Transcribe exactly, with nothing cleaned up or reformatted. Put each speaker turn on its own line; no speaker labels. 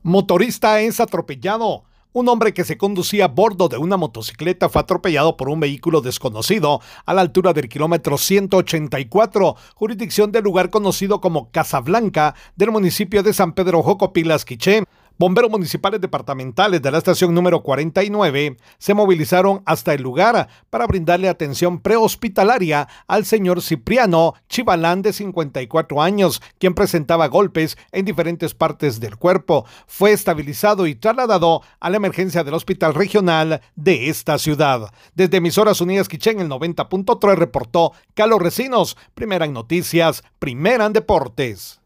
Motorista es atropellado. Un hombre que se conducía a bordo de una motocicleta fue atropellado por un vehículo desconocido a la altura del kilómetro ciento ochenta y cuatro, jurisdicción del lugar conocido como Casablanca, del municipio de San Pedro Jocopilas, Quiché. Bomberos municipales departamentales de la estación número cuarenta y nueve se movilizaron hasta el lugar para brindarle atención prehospitalaria al señor Cipriano Chivalán, de cincuenta y cuatro años, quien presentaba golpes en diferentes partes del cuerpo. Fue estabilizado y trasladado a la emergencia del Hospital Regional de esta ciudad. Desde Emisoras Unidas Quiché en el noventa punto tres reportó Carlos Recinos, primera en noticias, primera en deportes.